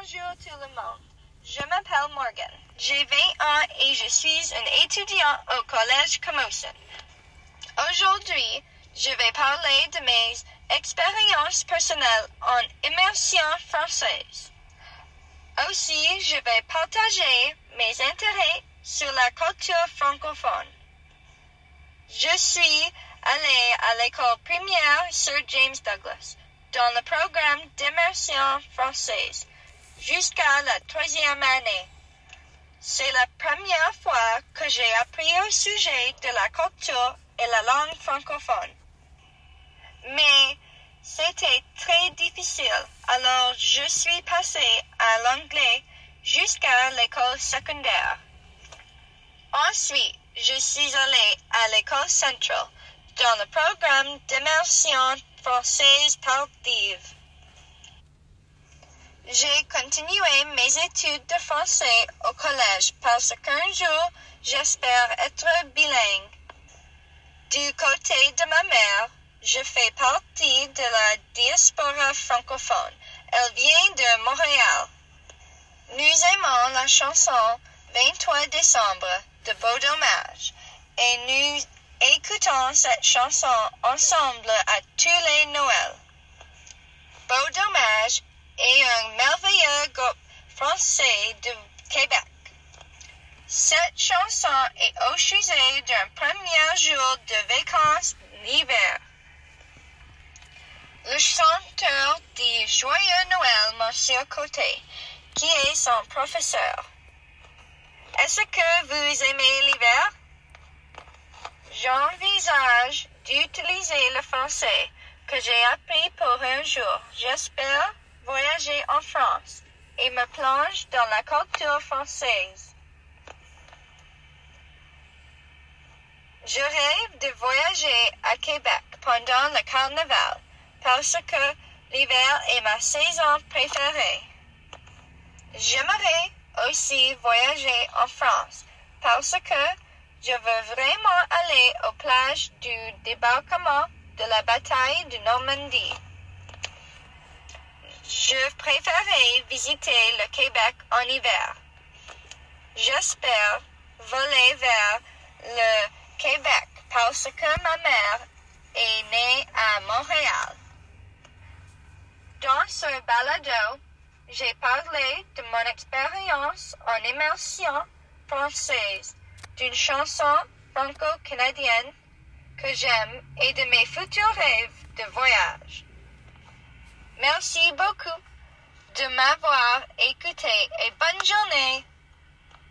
Bonjour tout le monde. Je m'appelle Morgan. J'ai 20 ans et je suis un étudiant au Collège Camosun. Aujourd'hui, je vais parler de mes expériences personnelles en immersion française. Aussi, je vais partager mes intérêts sur la culture francophone. Je suis allé à l'école primaire Sir James Douglas dans le programme d'immersion française jusqu'à la 3e année. C'est la première fois que j'ai appris au sujet de la culture et la langue francophone. Mais c'était très difficile, alors je suis passé à l'anglais jusqu'à l'école secondaire. Ensuite, je suis allé à l'école centrale dans le programme d'immersion française tardive. J'ai continué mes études de français au collège parce qu'un jour, j'espère être bilingue. Du côté de ma mère, je fais partie de la diaspora francophone. Elle vient de Montréal. Nous aimons la chanson 23 décembre de Beau Dommage et nous écoutons cette chanson ensemble à tous les Noëls. Beau Dommage est un merveilleux groupe français du Québec. Cette chanson est au sujet d'un premier jour de vacances l'hiver. Le chanteur dit Joyeux Noël, Monsieur Côté, qui est son professeur. Est-ce que vous aimez l'hiver? J'envisage d'utiliser le français que j'ai appris pour un jour. J'espère voyager en France et me plonger dans la culture française. Je rêve de voyager à Québec pendant le carnaval parce que l'hiver est ma saison préférée. J'aimerais aussi voyager en France parce que je veux vraiment aller aux plages du débarquement de la bataille de Normandie. Je préférerais visiter le Québec en hiver. J'espère voler vers le Québec parce que ma mère est née à Montréal. Dans ce balado, j'ai parlé de mon expérience en immersion française, d'une chanson franco-canadienne que j'aime et de mes futurs rêves de voyage. Merci beaucoup de m'avoir écouté et bonne journée!